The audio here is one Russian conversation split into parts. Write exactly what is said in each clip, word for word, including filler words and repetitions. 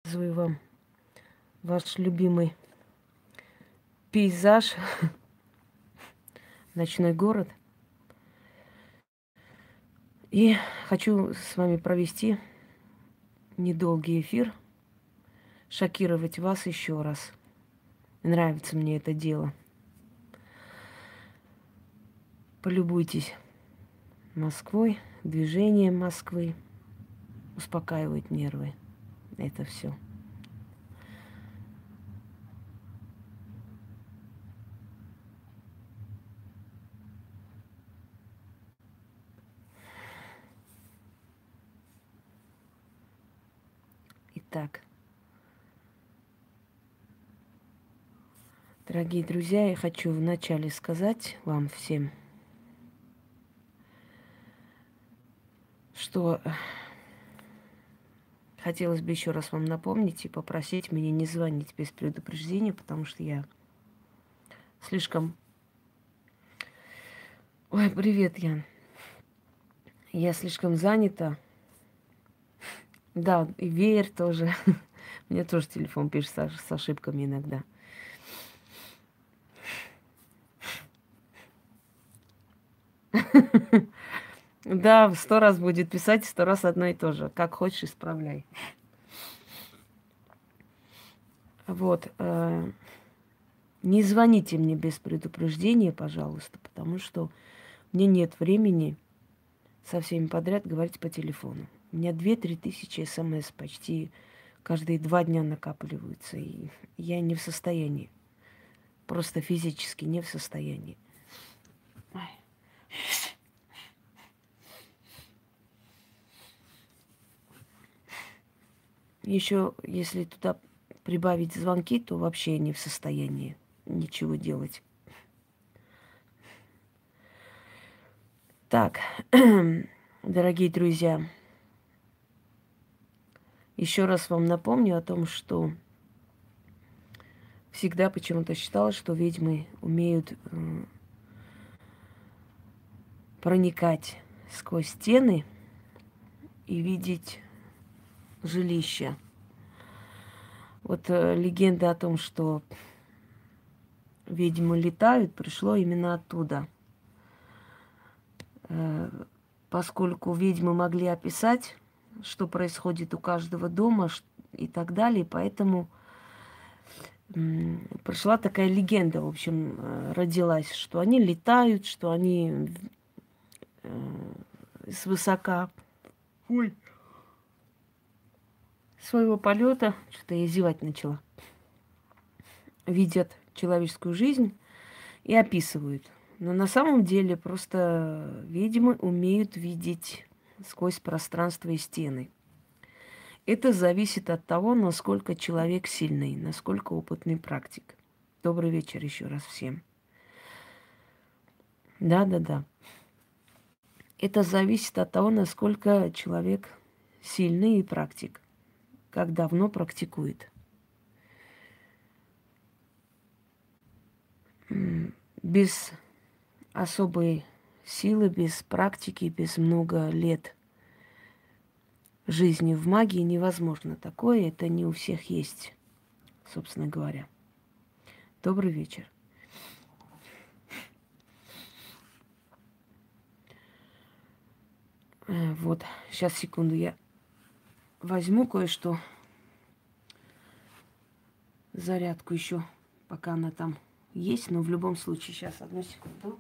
Показываю вам ваш любимый пейзаж, ночной город. И хочу с вами провести недолгий эфир, шокировать вас еще раз. Нравится мне это дело. Полюбуйтесь Москвой, движением Москвы, успокаивает нервы. Это все. Итак, дорогие друзья, я хочу вначале сказать вам всем, что хотелось бы еще раз вам напомнить и попросить меня не звонить без предупреждения, потому что я слишком... Ой, привет, Ян. Я слишком занята. Да, и веер тоже. Мне тоже телефон пишет с ошибками иногда. Да, сто раз будет писать, сто раз одно и то же. Как хочешь, исправляй. Вот. Не звоните мне без предупреждения, пожалуйста, потому что мне нет времени со всеми подряд говорить по телефону. У меня две-три тысячи смс почти каждые два дня накапливаются, и я не в состоянии. Просто физически не в состоянии. Еще, если туда прибавить звонки, то вообще не в состоянии ничего делать. Так, дорогие друзья, еще раз вам напомню о том, что всегда почему-то считала, что ведьмы умеют э, проникать сквозь стены и видеть жилища. Вот э, легенда о том, что ведьмы летают, пришло именно оттуда. Э, поскольку ведьмы могли описать, что происходит у каждого дома и так далее, поэтому э, пришла такая легенда, в общем, э, родилась, что они летают, что они э, свысока... Ой. Своего полета, что-то я зевать начала, видят человеческую жизнь и описывают. Но на самом деле просто ведьмы умеют видеть сквозь пространство и стены. Это зависит от того, насколько человек сильный, насколько опытный практик. Добрый вечер еще раз всем. Да-да-да. Это зависит от того, насколько человек сильный и практик, как давно практикует. Без особой силы, без практики, без много лет жизни в магии невозможно такое. Это не у всех есть, собственно говоря. Добрый вечер. Вот, сейчас, секунду, я возьму кое-что. Зарядку еще, пока она там есть, но в любом случае, сейчас, одну секунду.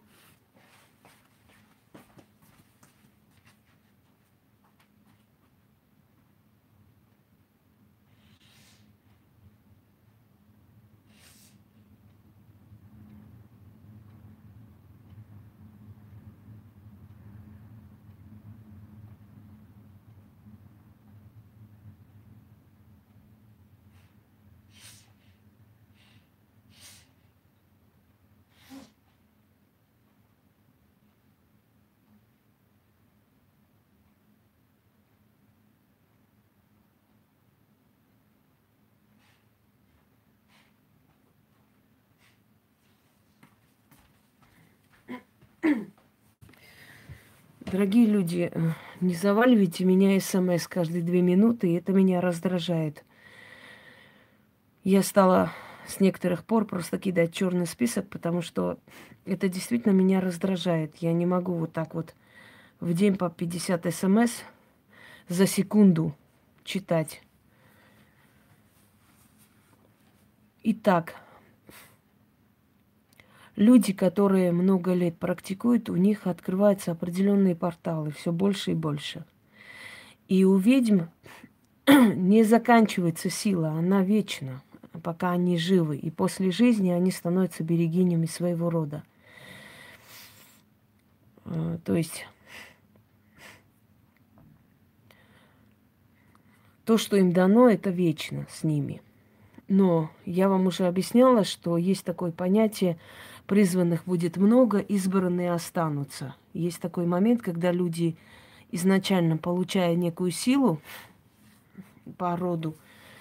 Дорогие люди, не заваливайте меня смс каждые две минуты, и это меня раздражает. я стала с некоторых пор просто кидать черный список, потому что это действительно меня раздражает. Я не могу вот так вот в день по пятьдесят смс за секунду читать. Итак, люди, которые много лет практикуют, у них открываются определенные порталы, все больше и больше. И у ведьм не заканчивается сила, она вечна, пока они живы. И после жизни они становятся берегинями своего рода. То есть то, что им дано, это вечно с ними. Но я вам уже объясняла, что есть такое понятие: призванных будет много, избранные останутся. Есть такой момент, когда люди, изначально получая некую силу по роду,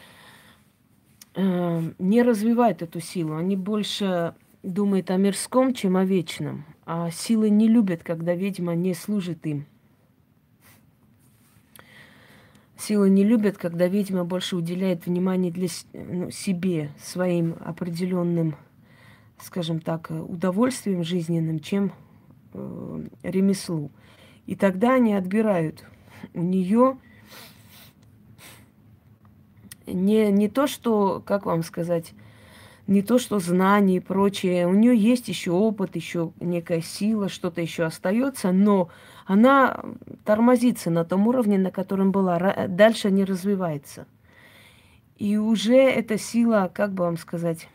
э, не развивают эту силу. Они больше думают о мирском, чем о вечном. А силы не любят, когда ведьма не служит им. Силы не любят, когда ведьма больше уделяет внимание для ну, себе, своим определенным, скажем так, удовольствием жизненным, чем э, ремеслу. И тогда они отбирают у нее не, не то, что, как вам сказать, не то, что знания и прочее. У нее есть еще опыт, еще некая сила, что-то еще остается, но она тормозится на том уровне, на котором была, дальше не развивается. И уже эта сила, как бы вам сказать,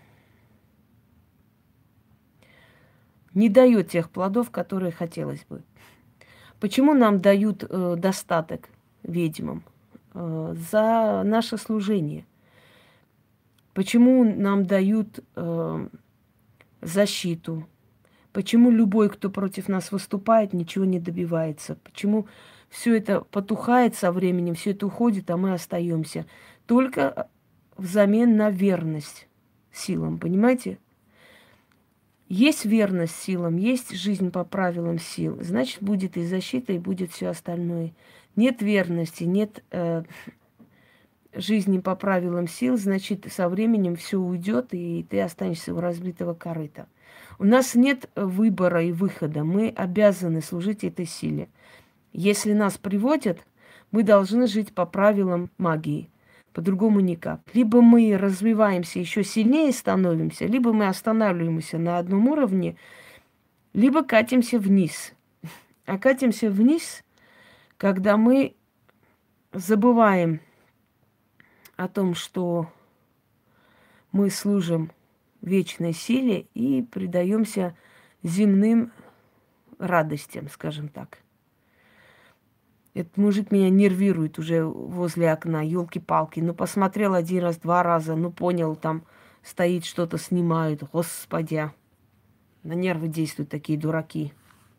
не дает тех плодов, которые хотелось бы. Почему нам дают э, достаток ведьмам? Э, за наше служение. Почему нам дают э, защиту? Почему любой, кто против нас выступает, ничего не добивается? Почему все это потухает со временем, все это уходит, а мы остаемся? Только взамен на верность силам, понимаете? Есть верность силам, есть жизнь по правилам сил, значит, будет и защита, и будет все остальное. Нет верности, нет э, жизни по правилам сил, значит, со временем все уйдет, и ты останешься у разбитого корыта. У нас нет выбора и выхода. Мы обязаны служить этой силе. Если нас приводят, мы должны жить по правилам магии. По-другому никак. Либо мы развиваемся, еще сильнее становимся, либо мы останавливаемся на одном уровне, либо катимся вниз. А катимся вниз, когда мы забываем о том, что мы служим вечной силе и предаемся земным радостям, скажем так. Этот мужик меня нервирует уже возле окна, елки-палки. Ну, посмотрел один раз, два раза, ну, понял, там стоит что-то, снимают. Господи, на нервы действуют такие дураки.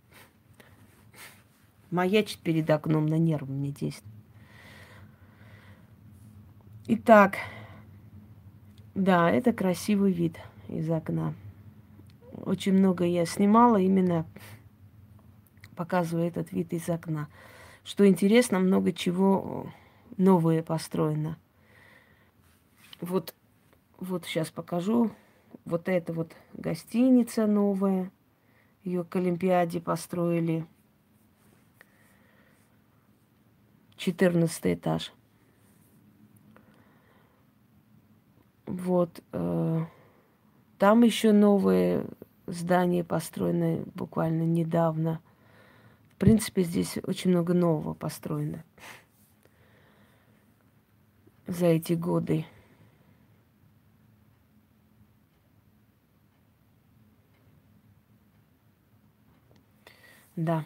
Маячит перед окном, на нервы мне действует. Итак, да, это красивый вид из окна. Очень много я снимала, именно показывая этот вид из окна. Что интересно, много чего новое построено. Вот, вот сейчас покажу. Вот это вот гостиница новая. Ее к Олимпиаде построили. четырнадцатый этаж. Вот. Э, там еще новое здание построено буквально недавно. В принципе, здесь очень много нового построено за эти годы. Да.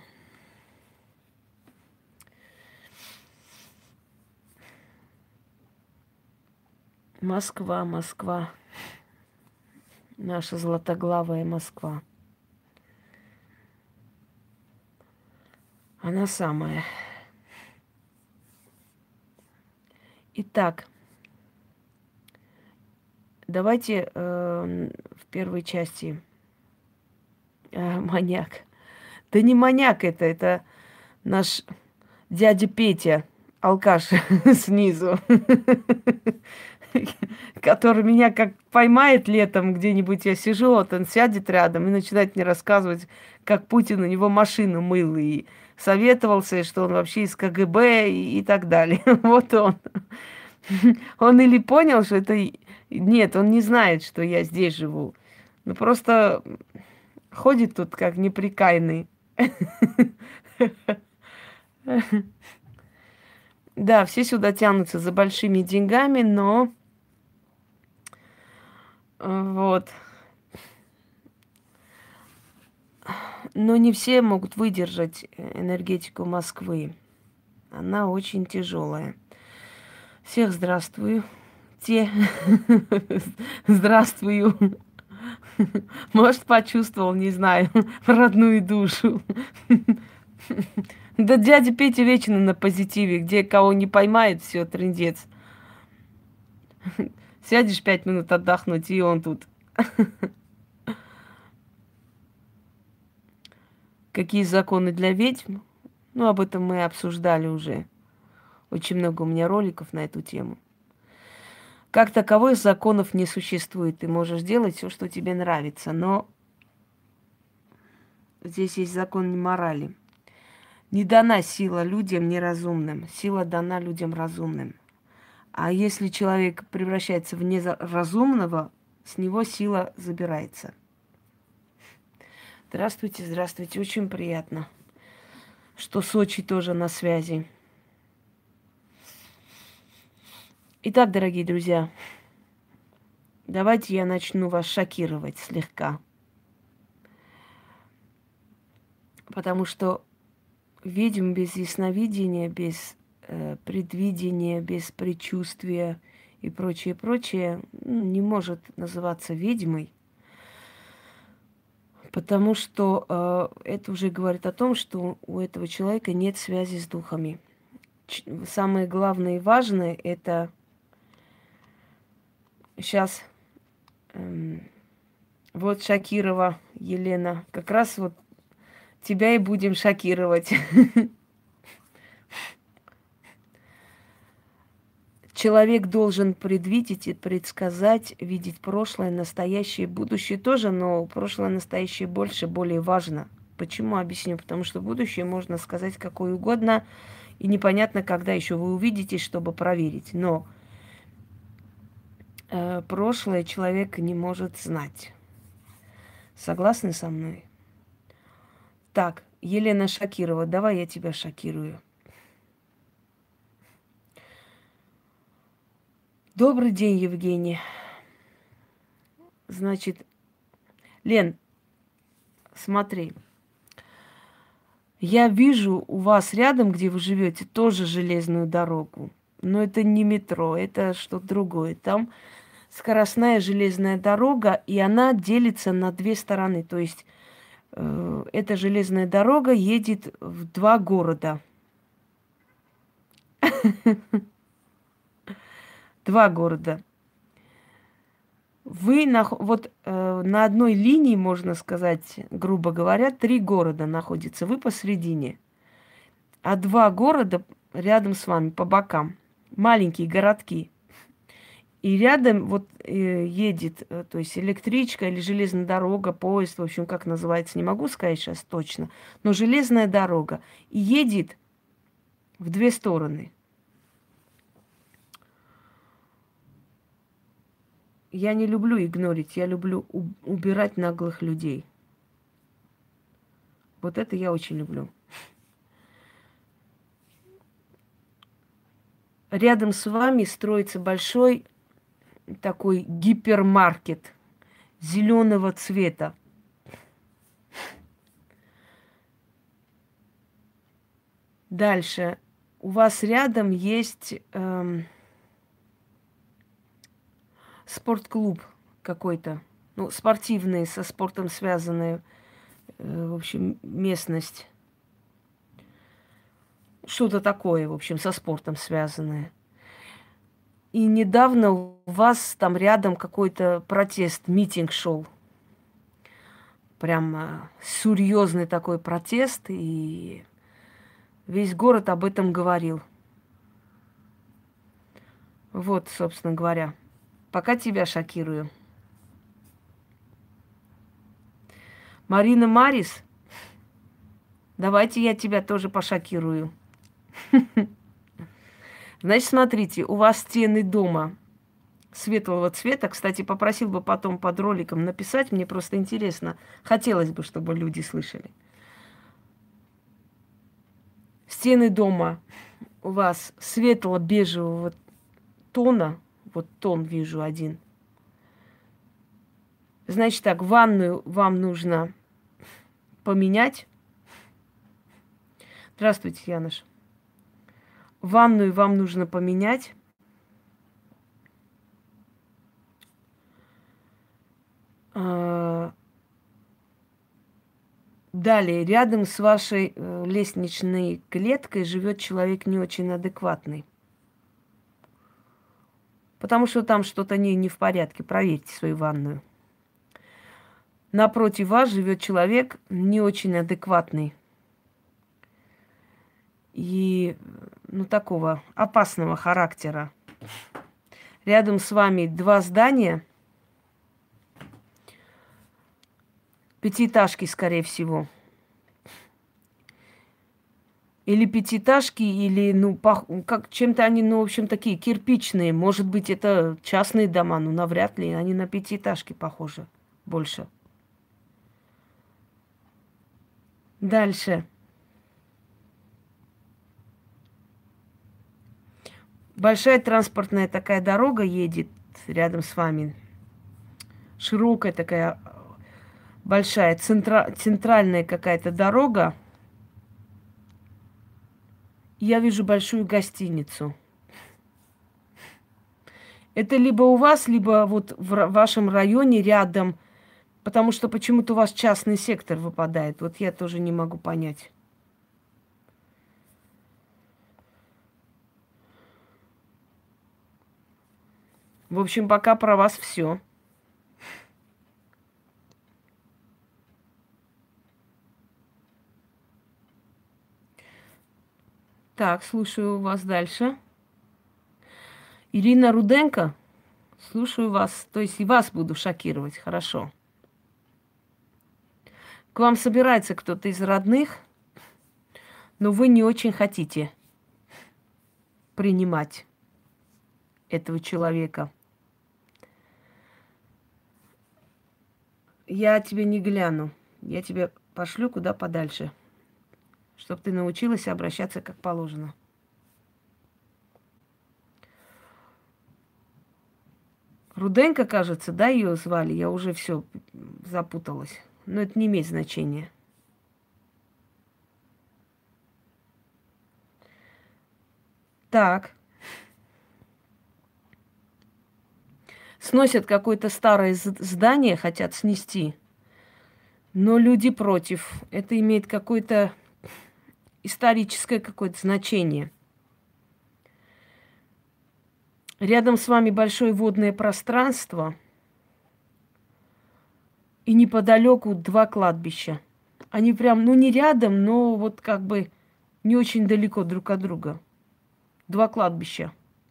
Москва, Москва. Наша златоглавая Москва. Она самая. Итак, давайте э, в первой части э, маньяк. Да не маньяк это, это наш дядя Петя, алкаш снизу. который меня как поймает летом где-нибудь, я сижу, вот он сядет рядом и начинает мне рассказывать, как Путин у него машину мыл и советовался, что он вообще из ка гэ бэ и, и так далее. Вот он. Он или понял, что это... Нет, он не знает, что я здесь живу. Ну, просто ходит тут как неприкаянный. Да, все сюда тянутся за большими деньгами, но... Вот. Но не все могут выдержать энергетику Москвы. Она очень тяжелая. Всех здравствую. Те здравствую. Может, почувствовал, не знаю, родную душу. Да дядя Петя вечно на позитиве, где кого не поймает, все, трындец. Сядешь пять минут отдохнуть, и он тут. Какие законы для ведьм? Ну, об этом мы обсуждали уже. Очень много у меня роликов на эту тему. Как таковых законов не существует. Ты можешь делать все, что тебе нравится, но здесь есть закон не морали. Не дана сила людям неразумным. Сила дана людям разумным. А если человек превращается в неразумного, с него сила забирается. Здравствуйте, здравствуйте. Очень приятно, что Сочи тоже на связи. Итак, дорогие друзья, давайте я начну вас шокировать слегка. Потому что ведьм без ясновидения, без э, предвидения, без предчувствия и прочее, прочее ну, не может называться ведьмой. Потому что э, это уже говорит о том, что у этого человека нет связи с духами. Ч- самое главное и важное это сейчас эм, вот Шакирова Елена, как раз вот тебя и будем шокировать. Человек должен предвидеть и предсказать, видеть прошлое, настоящее, будущее тоже, но прошлое, настоящее больше, более важно. Почему? Объясню. Потому что будущее можно сказать какое угодно, и непонятно, когда еще вы увидитесь, чтобы проверить. Но э, прошлое человек не может знать. Согласны со мной? Так, Елена Шакирова, давай я тебя шокирую. Добрый день, Евгений. Значит, Лен, смотри. Я вижу у вас рядом, где вы живете, тоже железную дорогу. Но это не метро, это что-то другое. Там скоростная железная дорога, и она делится на две стороны. То есть э, эта железная дорога едет в два города. Два города. Вы на, вот э, на одной линии, можно сказать, грубо говоря, три города находятся. Вы посередине. А два города рядом с вами, по бокам. Маленькие городки. И рядом вот э, едет, э, то есть электричка или железная дорога, поезд, в общем, как называется, не могу сказать сейчас точно. Но железная дорога. И едет в две стороны. Я не люблю игнорить, я люблю у- убирать наглых людей. Вот это я очень люблю. Рядом с вами строится большой такой гипермаркет зеленого цвета. Дальше. У вас рядом есть эм, спортклуб какой-то. Ну, спортивный, со спортом связанная, э, в общем, местность. Что-то такое, в общем, со спортом связанное. И недавно у вас там рядом какой-то протест, митинг шел. Прям э, серьезный такой протест, и весь город об этом говорил. Вот, собственно говоря. Пока тебя шокирую. Марина Марис, давайте я тебя тоже пошокирую. Значит, смотрите, у вас стены дома светлого цвета. Кстати, попросил бы потом под роликом написать, мне просто интересно. Хотелось бы, чтобы люди слышали. Стены дома у вас светло-бежевого тона. Вот тон вижу один. Значит так, ванную вам нужно поменять. Здравствуйте, Янош. Ванную вам нужно поменять. Далее, рядом с вашей э, лестничной клеткой живет человек не очень адекватный. Потому что там что-то не, не в порядке. Проверьте свою ванную. Напротив вас живет человек не очень адекватный. И, ну, такого опасного характера. Рядом с вами два здания. Пятиэтажки, скорее всего. Или пятиэтажки, или, ну, пох... как чем-то они, ну, в общем, такие кирпичные. Может быть, это частные дома, но навряд ли. Они на пятиэтажки похожи больше. Дальше. Большая транспортная такая дорога едет рядом с вами. Широкая такая, большая, центра... центральная какая-то дорога. Я вижу большую гостиницу. Это либо у вас, либо вот в вашем районе рядом, потому что почему-то у вас частный сектор выпадает. Вот я тоже не могу понять. В общем, пока про вас все. Так, слушаю вас дальше. Ирина Руденко, слушаю вас. То есть и вас буду шокировать, хорошо. К вам собирается кто-то из родных, но вы не очень хотите принимать этого человека. Я тебе не гляну. Я тебя пошлю куда подальше, чтобы ты научилась обращаться как положено. Руденко, кажется, да, ее звали? Я уже все запуталась. Но это не имеет значения. Так. Сносят какое-то старое здание, хотят снести. Но люди против. Это имеет какое-то историческое какое-то значение. Рядом с вами большое водное пространство. И неподалеку два кладбища. Они прям, ну не рядом, но вот как бы не очень далеко друг от друга. Два кладбища.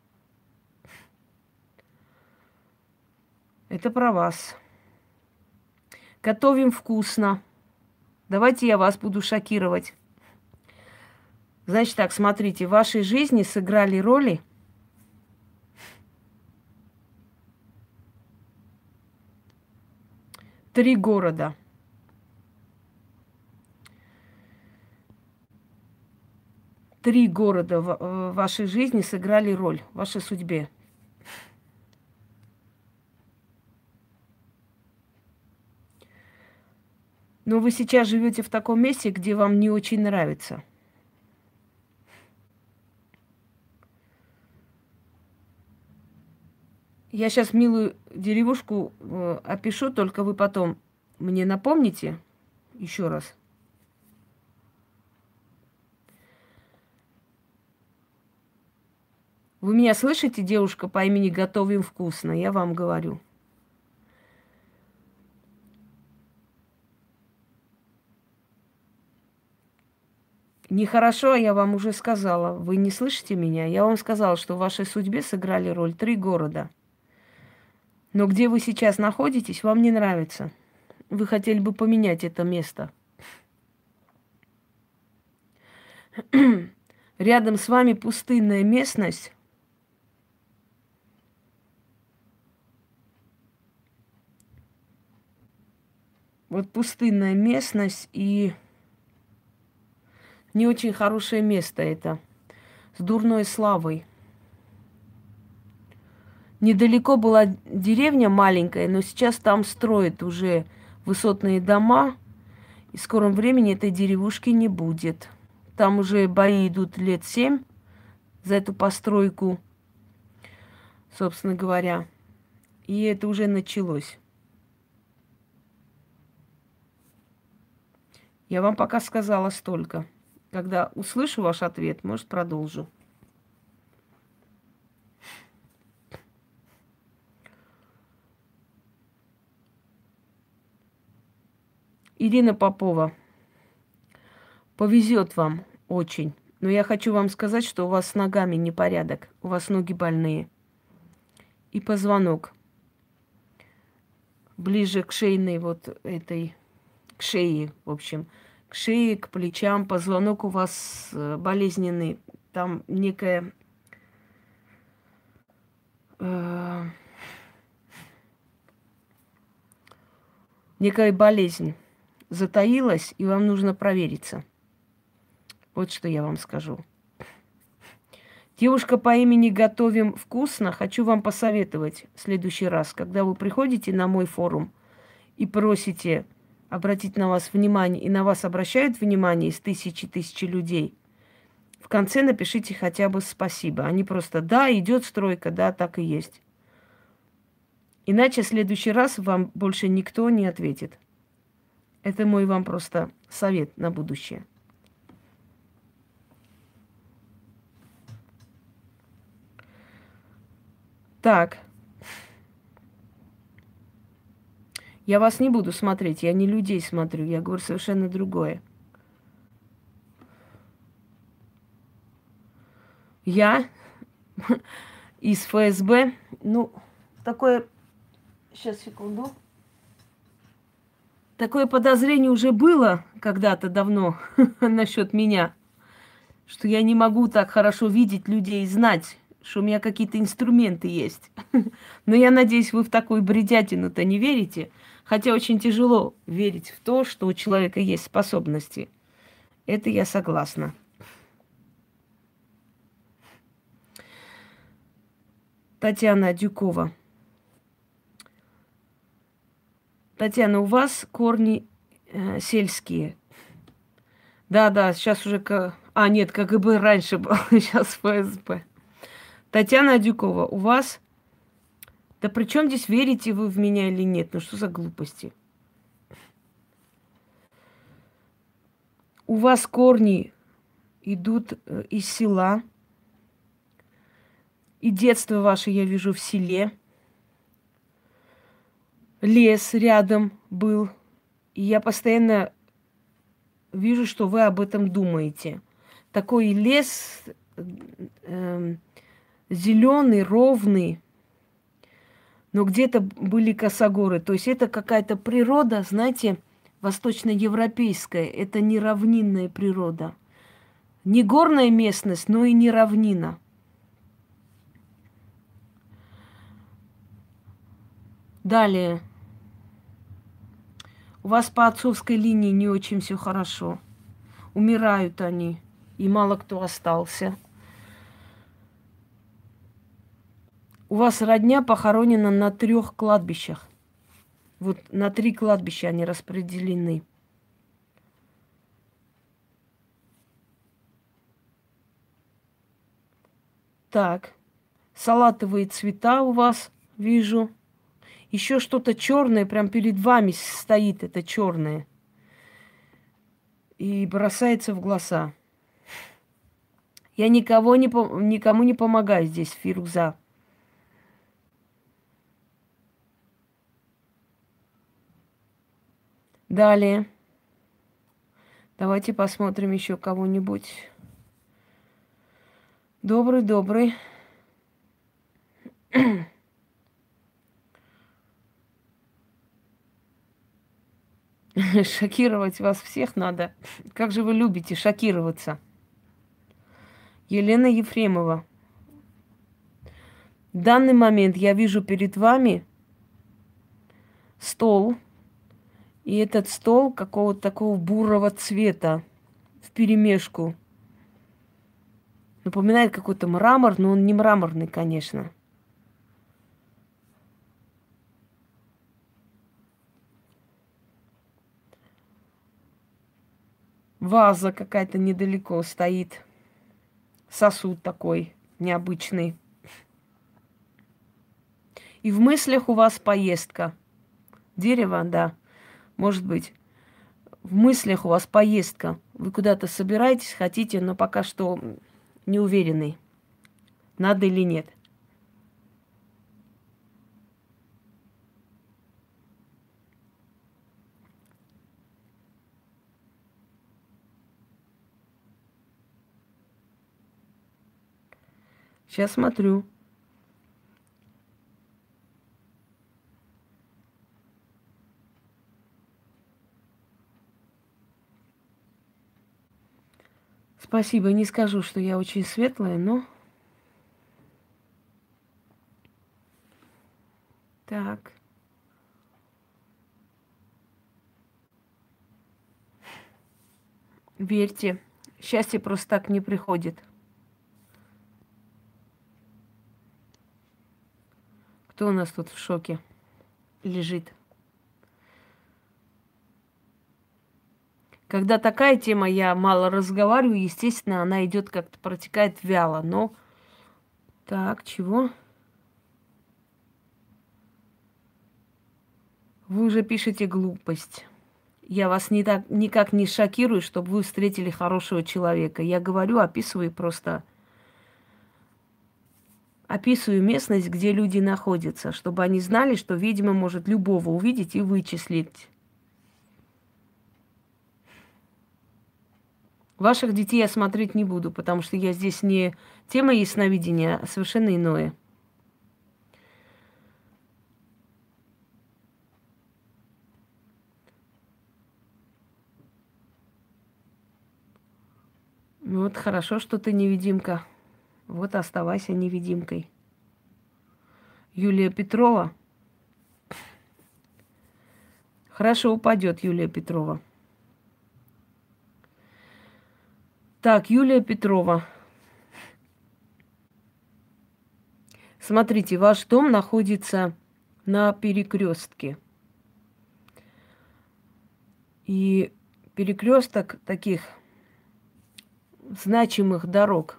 Это про вас. Готовим вкусно. Давайте я вас буду шокировать. Значит так, смотрите, в вашей жизни сыграли роли три города. Три города в вашей жизни сыграли роль в вашей судьбе. Но вы сейчас живете в таком месте, где вам не очень нравится. Я сейчас милую деревушку э, опишу, только вы потом мне напомните еще раз. Вы меня слышите, девушка по имени Готовим вкусно? Я вам говорю. Нехорошо, я вам уже сказала. Вы не слышите меня? Я вам сказала, что в вашей судьбе сыграли роль три города. Но где вы сейчас находитесь, вам не нравится. Вы хотели бы поменять это место. Рядом с вами пустынная местность. Вот пустынная местность и не очень хорошее место это. С дурной славой. Недалеко была деревня маленькая, но сейчас там строят уже высотные дома. И в скором времени этой деревушки не будет. Там уже бои идут лет семь за эту постройку, собственно говоря. И это уже началось. Я вам пока сказала столько. Когда услышу ваш ответ, может, продолжу. Ирина Попова, повезет вам очень. Но я хочу вам сказать, что у вас с ногами непорядок. У вас ноги больные. И позвонок. Ближе к шейной вот этой, к шее, в общем. К шее, к плечам. Позвонок у вас болезненный. Там некая... Э, некая болезнь затаилась, и вам нужно провериться. Вот что я вам скажу. Девушка по имени Готовим вкусно. Хочу вам посоветовать в следующий раз, когда вы приходите на мой форум и просите обратить на вас внимание, и на вас обращают внимание из тысячи тысячи людей, в конце напишите хотя бы спасибо. Они просто да, идет стройка, да, так и есть. Иначе в следующий раз вам больше никто не ответит. Это мой вам просто совет на будущее. Так. Я вас не буду смотреть, я не людей смотрю, я говорю совершенно другое. Я из эф эс бэ, ну, такое, сейчас, секунду. Такое подозрение уже было когда-то давно насчет меня, что я не могу так хорошо видеть людей и знать, что у меня какие-то инструменты есть. Но я надеюсь, вы в такую бредятину-то не верите, хотя очень тяжело верить в то, что у человека есть способности. Это я согласна. Татьяна Дюкова. Татьяна, у вас корни э, сельские. Да-да, сейчас уже... К... А, нет, ка гэ бэ раньше был, сейчас эф эс бэ. Татьяна Дюкова, у вас... Да при чем здесь, верите вы в меня или нет? Ну что за глупости? У вас корни идут э, из села. И детство ваше я вижу в селе. Лес рядом был. И я постоянно вижу, что вы об этом думаете. Такой лес э, зеленый, ровный, но где-то были косогоры. То есть это какая-то природа, знаете, восточноевропейская. Это не равнинная природа. Не горная местность, но и не равнина. Далее. У вас по отцовской линии не очень все хорошо. Умирают они, и мало кто остался. У вас родня похоронена на трех кладбищах. Вот на три кладбища они распределены. Так. Салатовые цвета у вас вижу. Еще что-то черное прям перед вами стоит, это черное. И бросается в глаза. Я никого не, никому не помогаю здесь, Фируза. Далее. Давайте посмотрим еще кого-нибудь. Добрый, добрый. Шокировать вас всех надо. Как же вы любите шокироваться? Елена Ефремова. В данный момент я вижу перед вами стол. И этот стол какого-то такого бурого цвета вперемешку. Напоминает какой-то мрамор, но он не мраморный, конечно. Ваза какая-то недалеко стоит. Сосуд такой необычный. И в мыслях у вас поездка. Дерево, да, может быть. В мыслях у вас поездка. Вы куда-то собираетесь, хотите, но пока что не уверены, надо или нет. Сейчас смотрю. Спасибо, не скажу, что я очень светлая, но... Так. Верьте, счастье просто так не приходит. Кто у нас тут в шоке лежит? Когда такая тема, я мало разговариваю, естественно, она идет как-то, протекает вяло, но... Так, чего? Вы уже пишете глупость. Я вас не так, никак не шокирую, чтобы вы встретили хорошего человека. Я говорю, описываю просто... Описываю местность, где люди находятся, чтобы они знали, что ведьма может любого увидеть и вычислить. Ваших детей я смотреть не буду, потому что я здесь не тема ясновидения, а совершенно иное. Ну вот хорошо, что ты невидимка. Вот оставайся невидимкой. Юлия Петрова. Хорошо упадет Юлия Петрова. Так, Юлия Петрова. Смотрите, ваш дом находится на перекрестке. И перекресток таких значимых дорог.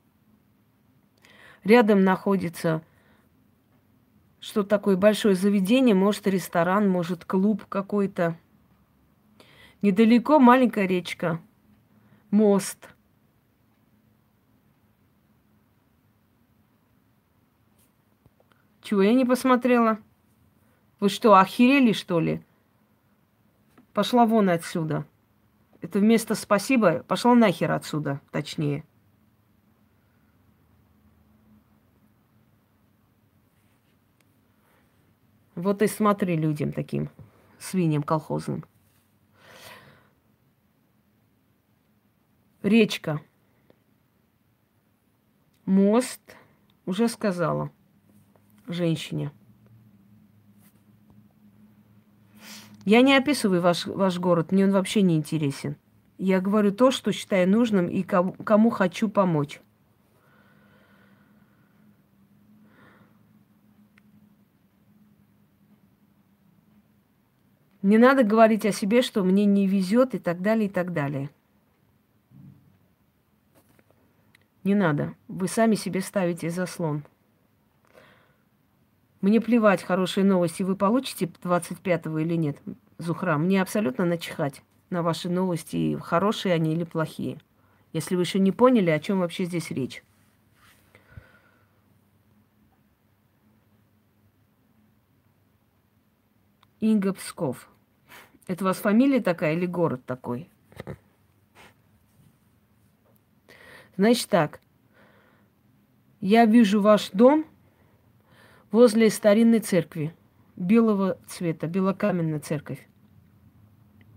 Рядом находится что такое большое заведение, может ресторан, может клуб какой-то. Недалеко маленькая речка, мост. Чего я не посмотрела? Вы что, охерели, что ли? Пошла вон отсюда. Это вместо спасибо, пошла нахер отсюда, точнее. Вот и смотри людям таким, свиньям колхозным. Речка. Мост. Уже сказала женщине. Я не описываю ваш, ваш город, мне он вообще не интересен. Я говорю то, что считаю нужным и кому, кому хочу помочь. Не надо говорить о себе, что мне не везет и так далее, и так далее. Не надо. Вы сами себе ставите заслон. Мне плевать, хорошие новости вы получите двадцать пятого или нет, Зухра. Мне абсолютно начихать на ваши новости, хорошие они или плохие. Если вы еще не поняли, о чем вообще здесь речь. Инга Псков. Это у вас фамилия такая или город такой? Значит так. Я вижу ваш дом возле старинной церкви. Белого цвета, белокаменная церковь.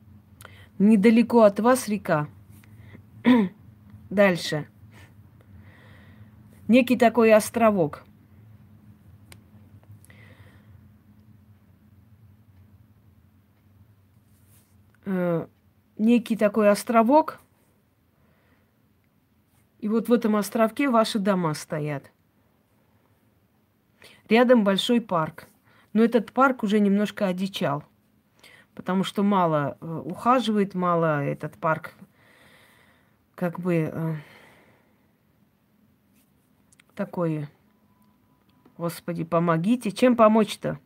Недалеко от вас река. Дальше. Некий такой островок. Э, некий такой островок. И вот в этом островке ваши дома стоят. Рядом большой парк. Но этот парк уже немножко одичал. Потому что мало э, ухаживает, мало этот парк как бы э, такой, Господи, помогите. Чем помочь-то?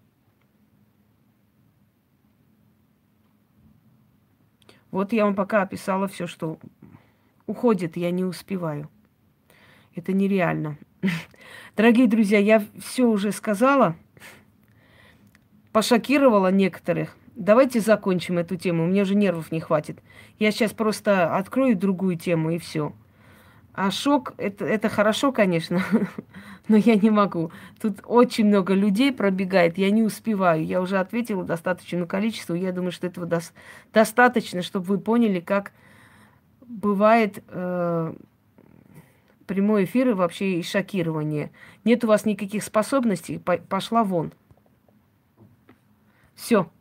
Вот я вам пока описала все, что уходит, я не успеваю. Это нереально. Дорогие друзья, я все уже сказала, пошокировала некоторых. Давайте закончим эту тему, у меня уже нервов не хватит. Я сейчас просто открою другую тему и все. А шок, это, это хорошо, конечно, но я не могу. Тут очень много людей пробегает, я не успеваю. Я уже ответила достаточное количество, я думаю, что этого дос- достаточно, чтобы вы поняли, как бывает э, прямой эфир и вообще и шокирование. Нет у вас никаких способностей, по- пошла вон. Все.